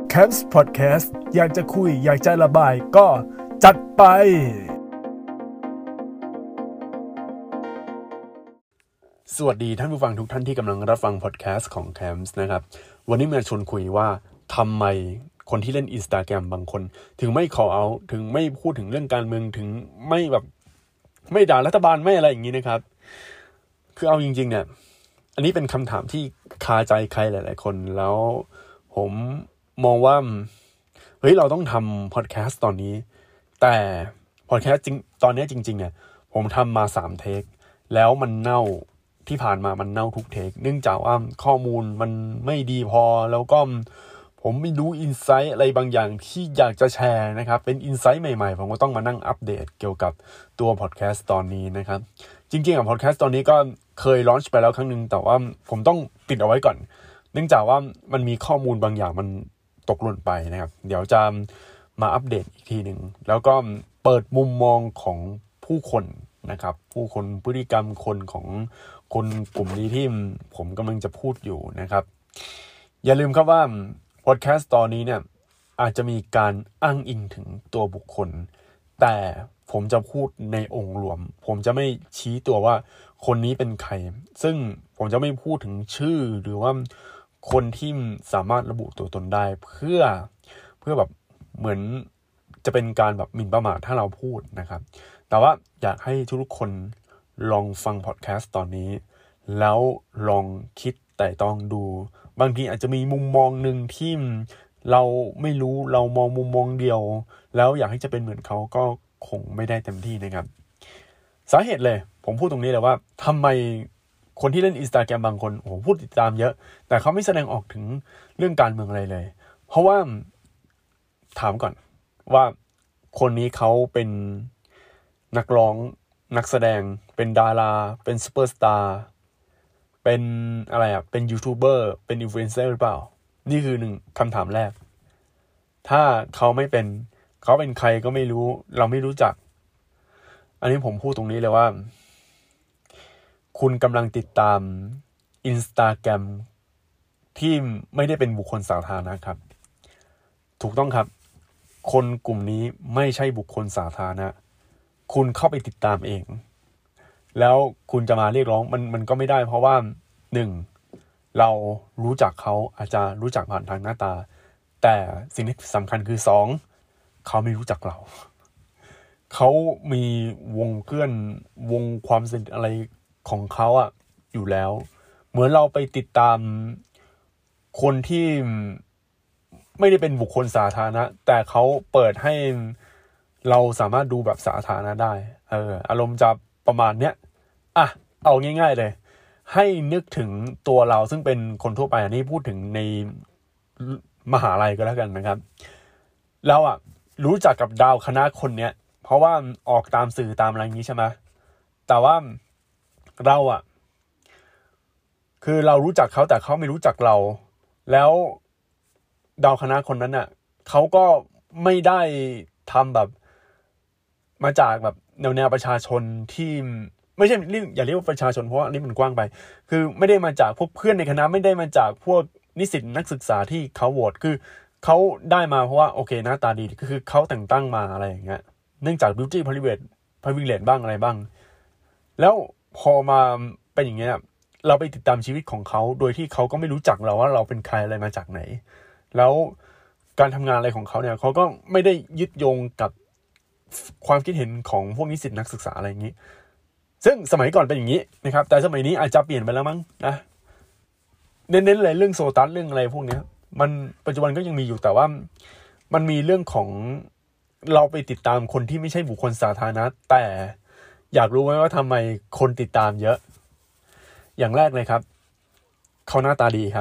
Camps Podcast อยากจะคุยอยากจะระบายก็จัดไปสวัสดีท่านผู้ฟังทุกท่านที่กำลังรับฟังพอดแคสต์ของ Camps นะครับวันนี้มาชวนคุยว่าทำไมคนที่เล่น Instagram บางคนถึงไม่ call out ถึงไม่พูดถึงเรื่องการเมืองถึงไม่ด่ารัฐบาลไม่อะไรอย่างนี้นะครับคือเอาจริงๆเนี่ยอันนี้เป็นคำถามที่คาใจใครหลายๆคนแล้วผมมองว่าเฮ้ยเราต้องทำพอดแคสต์ตอนนี้แต่พอดแคสต์จริงตอนนี้จริงๆเนี่ยผมทำมา3เทคแล้วมันเน่าที่ผ่านมามันเน่าทุกเทคเนื่องจากว่าข้อมูลมันไม่ดีพอแล้วก็ผมไม่รู้อินไซต์อะไรบางอย่างที่อยากจะแชร์นะครับเป็นอินไซต์ใหม่ๆผมก็ต้องมานั่งอัปเดตเกี่ยวกับตัวพอดแคสต์ตอนนี้นะครับจริงๆพอดแคสต์ตอนนี้ก็เคยลอนช์ไปแล้วครั้งนึงแต่ว่าผมต้องปิดเอาไว้ก่อนเนื่องจากว่ามันมีข้อมูลบางอย่างมันตกหล่นไปนะครับเดี๋ยวจะมาอัปเดตอีกทีนึงแล้วก็เปิดมุมมองของผู้คนนะครับผู้คนพฤติกรรมคนของคนกลุ่มนี้ที่ผมกำลังจะพูดอยู่นะครับอย่าลืมครับว่าพอดแคสต์ตอนนี้เนี่ยอาจจะมีการอ้างอิงถึงตัวบุคคลแต่ผมจะพูดในองค์รวมผมจะไม่ชี้ตัวว่าคนนี้เป็นใครซึ่งผมจะไม่พูดถึงชื่อหรือว่าคนที่สามารถระบุตัวตนได้เพื่อแบบเหมือนจะเป็นการแบบหมิ่นประมาทถ้าเราพูดนะครับแต่ว่าอยากให้ทุกคนลองฟังพอดแคสต์ตอนนี้แล้วลองคิดไต่ตองดูบางทีอาจจะมีมุมมองนึงที่เราไม่รู้เรามองมุมมองเดียวแล้วอยากให้จะเป็นเหมือนเขาก็คงไม่ได้เต็มที่นะครับสาเหตุเลยผมพูดตรงนี้เลยว่าทำไมคนที่เล่น Instagram บางคนโอ้โหพูดติดตามเยอะแต่เขาไม่แสดงออกถึงเรื่องการเมืองอะไรเลยเพราะว่าถามก่อนว่าคนนี้เขาเป็นนักร้องนักแสดงเป็นดาราเป็นซุปเปอร์สตาร์เป็นอะไรเป็นยูทูบเบอร์เป็นอินฟลูเอนเซอร์หรือเปล่านี่คือ1คำถามแรกถ้าเขาไม่เป็นเขาเป็นใครก็ไม่รู้เราไม่รู้จักอันนี้ผมพูดตรงนี้เลยว่าคุณกำลังติดตาม Instagram ที่ไม่ได้เป็นบุคคลสาธารณะครับถูกต้องครับคนกลุ่มนี้ไม่ใช่บุคคลสาธารณะคุณเข้าไปติดตามเองแล้วคุณจะมาเรียกร้องมันก็ไม่ได้เพราะว่า1เรารู้จักเขาอาจจะรู้จักผ่านทางหน้าตาแต่สิ่งที่สำคัญคือ2เขาไม่รู้จักเราเขามีวงเพื่อนวงความสนิทอะไรของเขาอยู่แล้วเหมือนเราไปติดตามคนที่ไม่ได้เป็นบุคคลสาธารณะแต่เขาเปิดให้เราสามารถดูแบบสาธารณะได้อารมณ์จะประมาณเนี้ยเอาง่ายๆเลยให้นึกถึงตัวเราซึ่งเป็นคนทั่วไปอันนี้พูดถึงในมหาลัยก็แล้วกันนะครับเรารู้จักกับดาวคณะคนเนี้ยเพราะว่าออกตามสื่อตามอะไรอย่างนี้ใช่ไหมแต่ว่าเราคือเรารู้จักเขาแต่เขาไม่รู้จักเราแล้วดาวคณะคนนั้นเขาก็ไม่ได้ทำแบบมาจากแบบแนวประชาชนที่ไม่ใช่อย่าเรียกว่าประชาชนเพราะว่าอันนี้มันกว้างไปคือไม่ได้มาจากพวกเพื่อนในคณะไม่ได้มาจากพวกนิสิตนักศึกษาที่เขาโหวตคือเขาได้มาเพราะว่าโอเคหน้าตาดีคือเขาแต่งตั้งมาอะไรอย่างเงี้ยเนื่องจาก beauty privilege บ้างอะไรบ้างแล้วพอมาเป็นอย่างเงี้ยเราไปติดตามชีวิตของเขาโดยที่เขาก็ไม่รู้จักเราว่าเราเป็นใครอะไรมาจากไหนแล้วการทำงานอะไรของเขาเนี่ยเขาก็ไม่ได้ยึดโยงกับความคิดเห็นของพวกนิสิตนักศึกษาอะไรอย่างนี้ซึ่งสมัยก่อนเป็นอย่างนี้นะครับแต่สมัยนี้อาจจะเปลี่ยนไปแล้วมั้งนะเน้นๆเลยเรื่องโซตัสเรื่องอะไรพวกนี้มันปัจจุบันก็ยังมีอยู่แต่ว่ามันมีเรื่องของเราไปติดตามคนที่ไม่ใช่บุคคลสาธารณะแต่อยากรู้ไหมว่าทำไมคนติดตามเยอะอย่างแรกเลยครับเขาหน้าตาดีครับ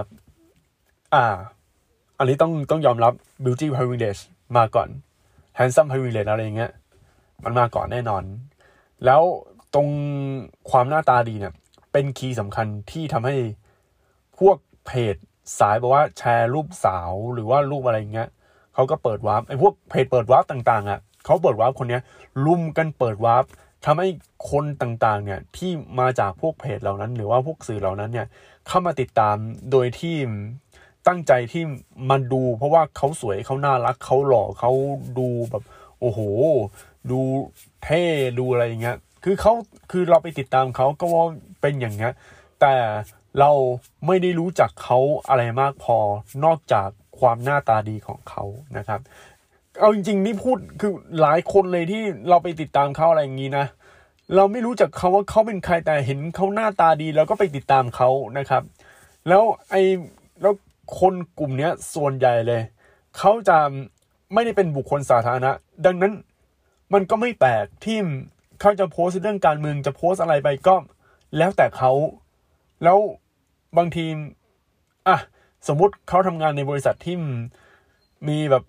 อันนี้ต้องยอมรับ beauty privilege มาก่อน handsome privilege อะไรอย่างเงี้ยมันมาก่อนแน่นอนแล้วตรงความหน้าตาดีเนี่ยเป็นคีย์สำคัญที่ทำให้พวกเพจสายบอกว่าแชร์รูปสาวหรือว่ารูปอะไรอย่างเงี้ยเขาก็เปิดวาร์ปไอ้พวกเพจเปิดวาร์ปต่างๆเขาเปิดวาร์ปคนเนี้ยลุมกันเปิดวาร์ปทำให้คนต่างๆเนี่ยที่มาจากพวกเพจเหล่านั้นหรือว่าพวกสื่อเหล่านั้นเนี่ยเข้ามาติดตามโดยที่ตั้งใจที่มันดูเพราะว่าเขาสวยเขาน่ารักเขาหล่อเขาดูแบบโอ้โหดูเท่ดูอะไรอย่างเงี้ยคือเราไปติดตามเขาก็ว่าเป็นอย่างเงี้ยแต่เราไม่ได้รู้จักเขาอะไรมากพอนอกจากความหน้าตาดีของเขานะครับเอาจริงๆนี่พูดคือหลายคนเลยที่เราไปติดตามเขาอะไรอย่างงี้นะเราไม่รู้จักเขาว่าเขาเป็นใครแต่เห็นเขาหน้าตาดีแล้วก็ไปติดตามเขานะครับแล้วคนกลุ่มนี้ส่วนใหญ่เลยเขาจะไม่ได้เป็นบุคคลสาธารณะดังนั้นมันก็ไม่แปลกที่เขาจะโพสต์เรื่องการเมืองจะโพสต์อะไรไปก็แล้วแต่เขาแล้วบางทีสมมุติเขาทำงานในบริษัทที่มีแบบ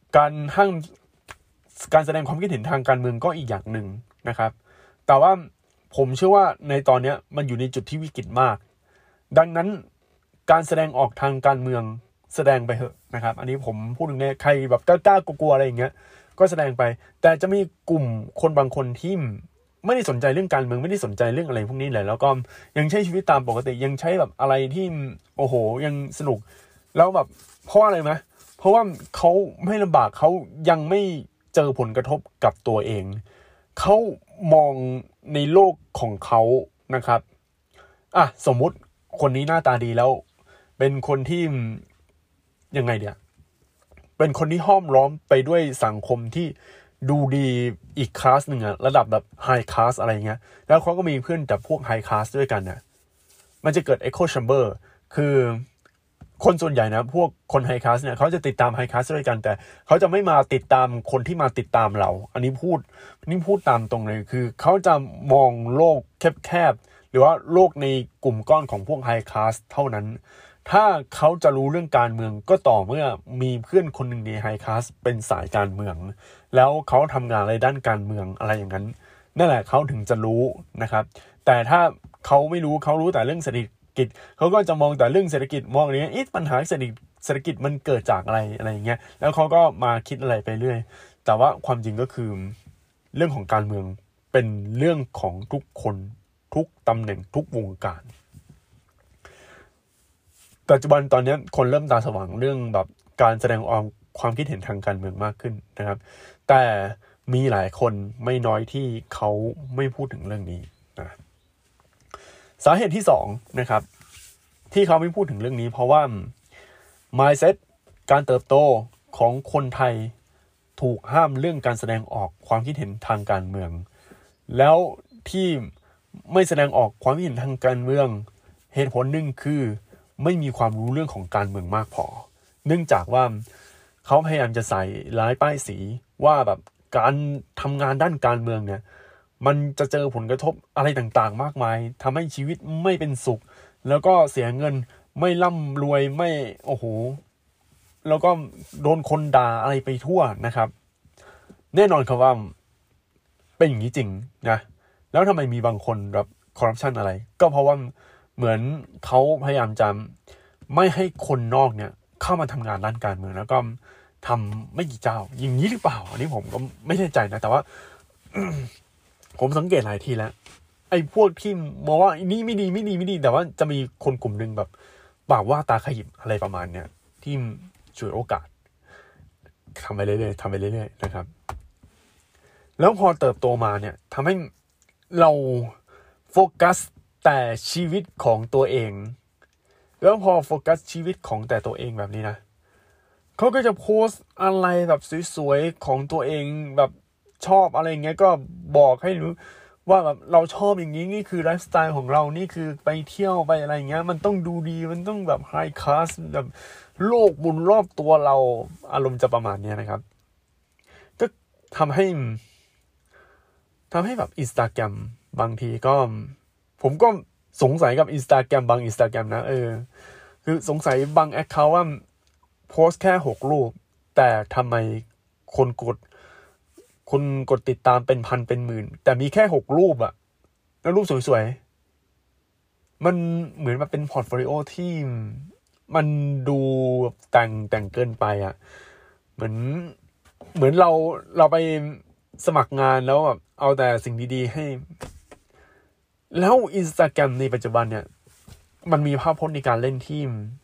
การแสดงความคิดเห็นทางการเมืองก็อีกอย่างหนึ่งนะครับแต่ว่าผมเชื่อว่าในตอนนี้มันอยู่ในจุดที่วิกฤตมากดังนั้นการแสดงออกทางการเมืองแสดงไปเถอะนะครับอันนี้ผมพูดถึงใครแบบกล้ากลัวอะไรอย่างเงี้ยก็แสดงไปแต่จะมีกลุ่มคนบางคนที่ไม่ได้สนใจเรื่องการเมืองไม่ได้สนใจเรื่องอะไรพวกนี้เลยแล้วก็ยังใช้ชีวิตตามปกติยังใช้แบบอะไรที่โอ้โหยังสนุกแล้วแบบเพราะอะไรไหมเพราะว่าเขาไม่ลำบากเขายังไม่เจอผลกระทบกับตัวเองเขามองในโลกของเขานะครับสมมุติคนนี้หน้าตาดีแล้วเป็นคนที่ยังไงเดียเป็นคนที่ห้อมล้อมไปด้วยสังคมที่ดูดีอีกคลาสหนึ่งระดับแบบไฮคลาสอะไรเงี้ยแล้วเขาก็มีเพื่อนจากพวกไฮคลาสด้วยกันเนี่ยมันจะเกิด echo chamber คือคนส่วนใหญ่นะพวกคนไฮคลาสเนี่ยเขาจะติดตามไฮคลาสด้วยกันแต่เขาจะไม่มาติดตามคนที่มาติดตามเราอันนี้พูดตามตรงเลยคือเขาจะมองโลกแคบๆหรือว่าโลกในกลุ่มก้อนของพวกไฮคลาสเท่านั้นถ้าเขาจะรู้เรื่องการเมืองก็ต่อเมื่อมีเพื่อนคนหนึ่งในไฮคลาสเป็นสายการเมืองแล้วเขาทำงานอะไรด้านการเมืองอะไรอย่างนั้นนั่นแหละเขาถึงจะรู้นะครับแต่ถ้าเขาไม่รู้เขารู้แต่เรื่องเศรษฐกิจเขาก็จะมองแต่เรื่องเศรษฐกิจมองอย่างนี้ปัญหาเศรษฐกิจมันเกิดจากอะไรอย่างเงี้ยแล้วเขาก็มาคิดอะไรไปเรื่อยแต่ว่าความจริงก็คือเรื่องของการเมืองเป็นเรื่องของทุกคนทุกตำแหน่งทุกวงการปัจจุบันตอนนี้คนเริ่มตาสว่างเรื่องแบบการแสดงออกความคิดเห็นทางการเมืองมากขึ้นนะครับแต่มีหลายคนไม่น้อยที่เขาไม่พูดถึงเรื่องนี้นะสาเหตุที่2นะครับที่เขาไม่พูดถึงเรื่องนี้เพราะว่า mindset การเติบโตของคนไทยถูกห้ามเรื่องการแสดงออกความคิดเห็นทางการเมืองแล้วที่ไม่แสดงออกความคิดเห็นทางการเมืองเหตุผลหนึ่งคือไม่มีความรู้เรื่องของการเมืองมากพอเนื่องจากว่าเขาพยายามจะใส่ร้ายป้ายสีว่าแบบการทำงานด้านการเมืองเนี่ยมันจะเจอผลกระทบอะไรต่างๆมากมายทำให้ชีวิตไม่เป็นสุขแล้วก็เสียเงินไม่ร่ำรวยไม่โอ้โหแล้วก็โดนคนด่าอะไรไปทั่วนะครับแน่นอนครับว่าเป็นอย่างนี้จริงนะแล้วทำไมมีบางคนแบบคอร์รัปชันอะไรก็เพราะว่าเหมือนเขาพยายามจะไม่ให้คนนอกเนี่ยเข้ามาทำงานด้านการเมืองแล้วก็ทำไม่กี่เจ้าอย่างนี้หรือเปล่าอันนี้ผมก็ไม่แน่ใจนะแต่ว่า ผมสังเกตหลายทีแล้วไอ้พวกที่มองว่านี่ไม่ดีแต่ว่าจะมีคนกลุ่มนึงแบบปากว่าตาขยิบอะไรประมาณเนี้ยที่ฉวยโอกาสทำไปเรื่อยๆนะครับแล้วพอเติบโตมาเนี่ยทำให้เราโฟกัสแต่ชีวิตของตัวเองแล้วพอโฟกัสชีวิตของแต่ตัวเองแบบนี้นะเขาก็จะโพสต์อะไรแบบสวยๆของตัวเองแบบชอบอะไรเงี้ยก็บอกให้รู้ว่าแบบเราชอบอย่างนี้นี่คือไลฟ์สไตล์ของเรานี่คือไปเที่ยวไปอะไรเงี้ยมันต้องดูดีมันต้องแบบไฮคลาสแบบโลกหมุนรอบตัวเราอารมณ์จะประมาณนี้นะครับก็ทำให้แบบ Instagram บางทีก็ผมก็สงสัยกับ Instagram บาง Instagram นะคือสงสัยบาง account ว่าโพสแค่6รูปแต่ทำไมคนกดติดตามเป็นพันเป็นหมื่นแต่มีแค่6รูปอะแล้วรูปสวยๆมันเหมือนมันเป็นพอร์ตโฟลิโอที่มันดูแต่งเกินไปอะเหมือนเราไปสมัครงานแล้วแบบเอาแต่สิ่งดีๆให้แล้ว Instagram ในปัจจุบันเนี่ยมันมีภาพพจน์ในการเล่นทีม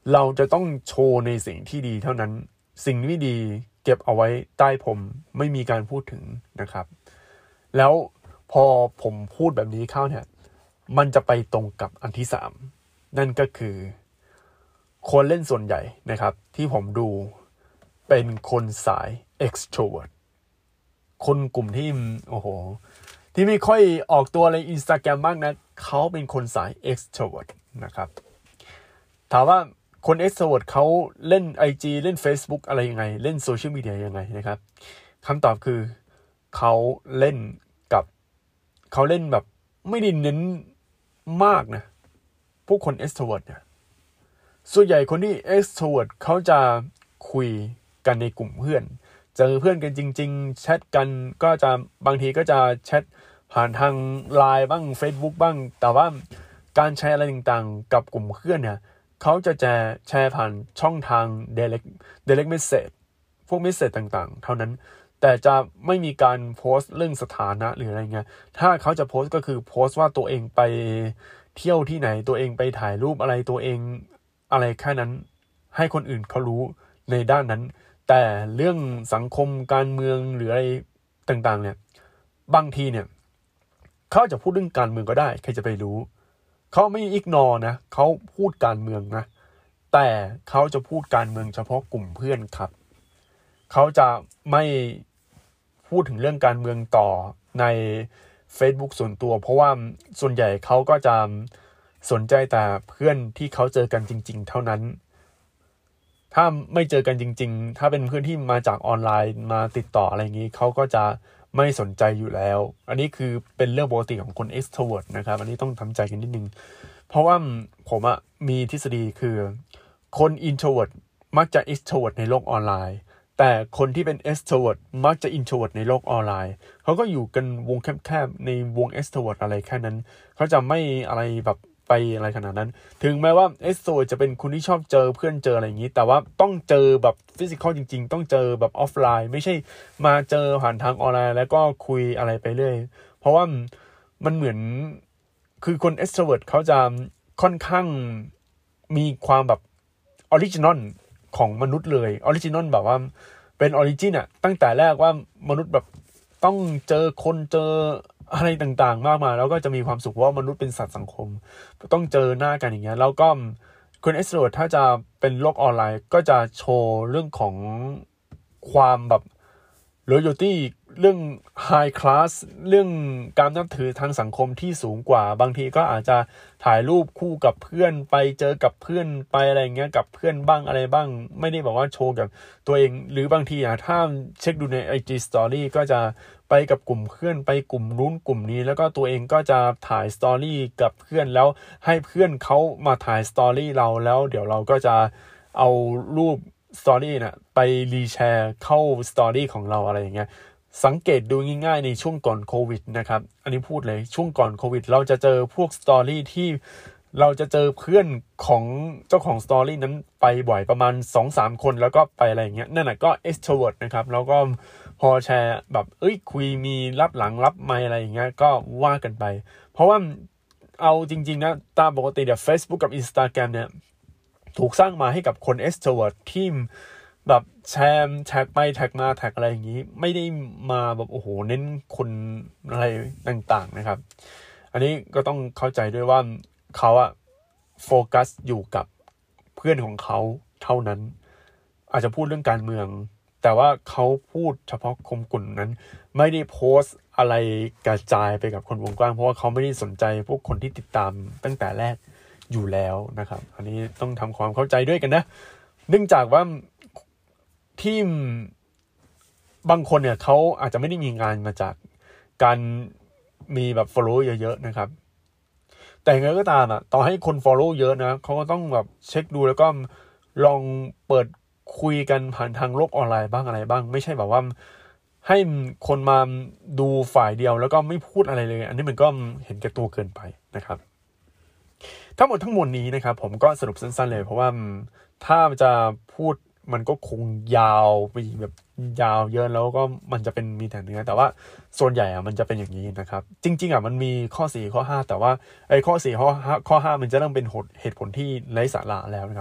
เราจะต้องโชว์ในสิ่งที่ดีเท่านั้นสิ่งไม่ดีเก็บเอาไว้ใต้ผมไม่มีการพูดถึงนะครับแล้วพอผมพูดแบบนี้เข้าเนี่ยมันจะไปตรงกับอันที่3นั่นก็คือคนเล่นส่วนใหญ่นะครับที่ผมดูเป็นคนสาย extrovert คนกลุ่มที่โอ้โหที่ไม่ค่อยออกตัวใน Instagram มากนะเขาเป็นคนสาย extrovert นะครับถามว่าคน extrovert เขาเล่น IG เล่น Facebook อะไรยังไงเล่นโซเชียลมีเดียยังไงนะครับคำตอบคือเขาเล่นแบบไม่ได้เน้นมากนะพวกคน extrovert เนี่ยส่วนใหญ่คนที่ extrovert เขาจะคุยกันในกลุ่มเพื่อนเจอเพื่อนกันจริงๆแชทกันก็จะบางทีก็จะแชทผ่านทาง LINE บ้าง Facebook บ้างแต่ว่าการแชร์อะไรต่างๆกับกลุ่มเพื่อนเนี่ยเขาจะแชร์ผ่านช่องทาง direct message พวก message ต่างๆเท่านั้นแต่จะไม่มีการโพสต์เรื่องสถานะหรืออะไรเงี้ยถ้าเขาจะโพสต์ก็คือโพสต์ว่าตัวเองไปเที่ยวที่ไหนตัวเองไปถ่ายรูปอะไรตัวเองอะไรแค่นั้นให้คนอื่นเขารู้ในด้านนั้นแต่เรื่องสังคมการเมืองหรืออะไรต่างๆเนี่ยบางทีเนี่ยเขาจะพูดเรื่องการเมืองก็ได้ใครจะไปรู้เขาไม่อิกนอร์นะเขาพูดการเมืองนะแต่เขาจะพูดการเมืองเฉพาะกลุ่มเพื่อนครับเขาจะไม่พูดถึงเรื่องการเมืองต่อใน Facebook ส่วนตัวเพราะว่าส่วนใหญ่เขาก็จะสนใจแต่เพื่อนที่เขาเจอกันจริงๆเท่านั้นถ้าไม่เจอกันจริงๆถ้าเป็นเพื่อนที่มาจากออนไลน์มาติดต่ออะไรอย่างนี้เขาก็จะไม่สนใจอยู่แล้วอันนี้คือเป็นเรื่องปกติของคน extrovert นะครับอันนี้ต้องทำใจกันนิดนึงเพราะว่าผมมีทฤษฎีคือคน introvert มักจะ extrovert ในโลกออนไลน์แต่คนที่เป็น extrovert มักจะ introvert ในโลกออนไลน์เขาก็อยู่กันวงแคบๆในวง extrovert อะไรแค่นั้นเขาจะไม่อะไรแบบไปอะไรขนาดนั้นถึงแม้ว่า extrovert จะเป็นคนที่ชอบเจอเพื่อนเจออะไรอย่างนี้แต่ว่าต้องเจอแบบฟิสิกอลจริงๆต้องเจอแบบออฟไลน์ไม่ใช่มาเจอผ่านทางออนไลน์แล้วก็คุยอะไรไปเรื่อยเพราะว่ามันเหมือนคือคน extrovert เขาจะค่อนข้างมีความแบบออริจินอลของมนุษย์เลยออริจินอลแบบว่าเป็นออริจินตั้งแต่แรกว่ามนุษย์แบบต้องเจอคนเจออะไรต่างๆมากมายแล้วก็จะมีความสุขว่ามนุษย์เป็นสัตว์สังคมต้องเจอหน้ากันอย่างเงี้ยแล้วก็คน extrovert ถ้าจะเป็นโลกออนไลน์ก็จะโชว์เรื่องของความแบบ loyalty เรื่อง high class เรื่องการนับถือทางสังคมที่สูงกว่าบางทีก็อาจจะถ่ายรูปคู่กับเพื่อนไปเจอกับเพื่อนไปอะไรเงี้ยกับเพื่อนบ้างอะไรบ้างไม่ได้บอกว่าโชว์กับตัวเองหรือบางทีถ้าเช็คดูใน IG Story ก็จะไปกับกลุ่มเพื่อนไปกลุ่มนู้นกลุ่มนี้แล้วก็ตัวเองก็จะถ่ายสตอรี่กับเพื่อนแล้วให้เพื่อนเขามาถ่ายสตอรี่เราแล้วเดี๋ยวเราก็จะเอารูปสตอรี่น่ะไปรีแชร์เข้าสตอรี่ของเราอะไรอย่างเงี้ยสังเกตดูง่ายๆในช่วงก่อนโควิดนะครับอันนี้พูดเลยช่วงก่อนโควิดเราจะเจอพวกสตอรี่ที่เราจะเจอเพื่อนของเจ้าของสตอรี่นั้นไปบ่อยประมาณ 2-3 คนแล้วก็ไปอะไรอย่างเงี้ยนั่นน่ะก็ extrovert นะครับแล้วก็พอแชร์แบบคุยมีรับหลังรับไมค์อะไรอย่างเงี้ยก็ว่ากันไปเพราะว่าเอาจริงๆนะตามปกติเดี๋ยว Facebook กับ Instagram เนี่ยถูกสร้างมาให้กับคน extrovert ที่แบบแชร์แท็กไปแท็กมาแท็กอะไรอย่างนี้ไม่ได้มาแบบโอ้โหเน้นคนอะไรต่างๆนะครับอันนี้ก็ต้องเข้าใจด้วยว่าเขาโฟกัสอยู่กับเพื่อนของเขาเท่านั้นอาจจะพูดเรื่องการเมืองแต่ว่าเขาพูดเฉพาะกลุ่มนั้นไม่ได้โพสต์อะไรกระจายไปกับคนวงกว้างเพราะว่าเขาไม่ได้สนใจพวกคนที่ติดตามตั้งแต่แรกอยู่แล้วนะครับอันนี้ต้องทำความเข้าใจด้วยกันนะเนื่องจากว่าทีมบางคนเนี่ยเขาอาจจะไม่ได้มีงานมาจากการมีแบบ follow เยอะๆนะครับแต่ไงก็ตามต่อให้คน follow เยอะนะเขาก็ต้องแบบเช็คดูแล้วก็ลองเปิดคุยกันผ่านทางโลกออนไลน์บ้างอะไรบ้างไม่ใช่แบบว่าให้คนมาดูฝ่ายเดียวแล้วก็ไม่พูดอะไรเลยอันนี้มันก็เห็นแก่ตัวเกินไปนะครับทั้งหมดทั้งมวลนี้นะครับผมก็สรุปสั้นๆเลยเพราะว่าถ้าจะพูดมันก็คงยาวไปแบบยาวเยอะแล้วก็มันจะเป็นมีแต่เนื้อแต่ว่าส่วนใหญ่มันจะเป็นอย่างนี้นะครับจริงๆมันมีข้อ4ข้อ5แต่ว่าไอ้ข้อ4ข้อ5มันจะเริ่มเป็นเหตุผลที่ไร้สาระแล้วนะครับ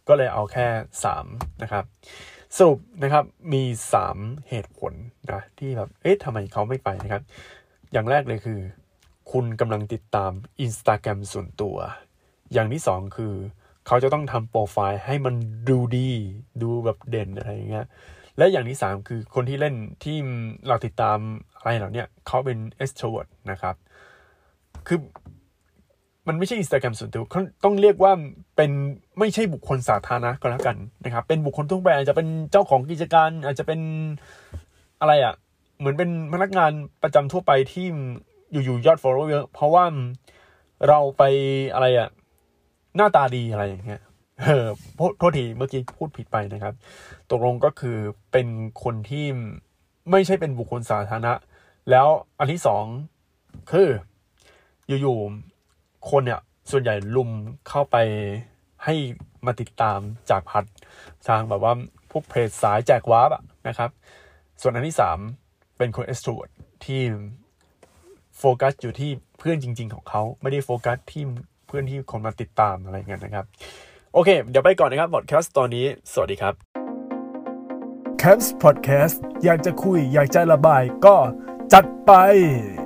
ก็เลยเอาแค่3นะครับสรุปนะครับมี3เหตุผลนะที่แบบทำไมเขาไม่ไปนะครับอย่างแรกเลยคือคุณกำลังติดตาม Instagram ส่วนตัวอย่างที่2คือเขาจะต้องทำโปรไฟล์ให้มันดูดีดูแบบเด่นอะไรอย่างเงี้ยและอย่างที่3คือคนที่เล่นที่เราติดตามอะไรเหล่านี้เขาเป็น extrovert นะครับคือมันไม่ใช่ Instagram ส่วนตัวต้องเรียกว่าเป็นไม่ใช่บุคคลสาธารณะก็แล้วกันนะครับเป็นบุคคลทั่วไปอาจจะเป็นเจ้าของกิจการอาจจะเป็นอะไรเหมือนเป็นพนักงานประจำทั่วไปที่อยู่ยอด follow เยอะเพราะว่าเราไปอะไรหน้าตาดีอะไรอย่างเงี้ยโทษทีเมื่อกี้พูดผิดไปนะครับตกลงก็คือเป็นคนที่ไม่ใช่เป็นบุคคลสาธารณะแล้วอันที่2คืออยู่ๆคนเนี่ยส่วนใหญ่ลุมเข้าไปให้มาติดตามจากทางแบบว่าพวกเพจสายแจกวาร์ปนะครับส่วนอันที่3เป็นคน extrovert ที่โฟกัสอยู่ที่เพื่อนจริงๆของเขาไม่ได้โฟกัสที่เพื่อนที่คนมาติดตามอะไรเงี้ยนะครับโอเคเดี๋ยวไปก่อนนะครับพอดแคสต์ตอนนี้สวัสดีครับ Camps Podcast อยากจะคุยอยากจะระบายก็จัดไป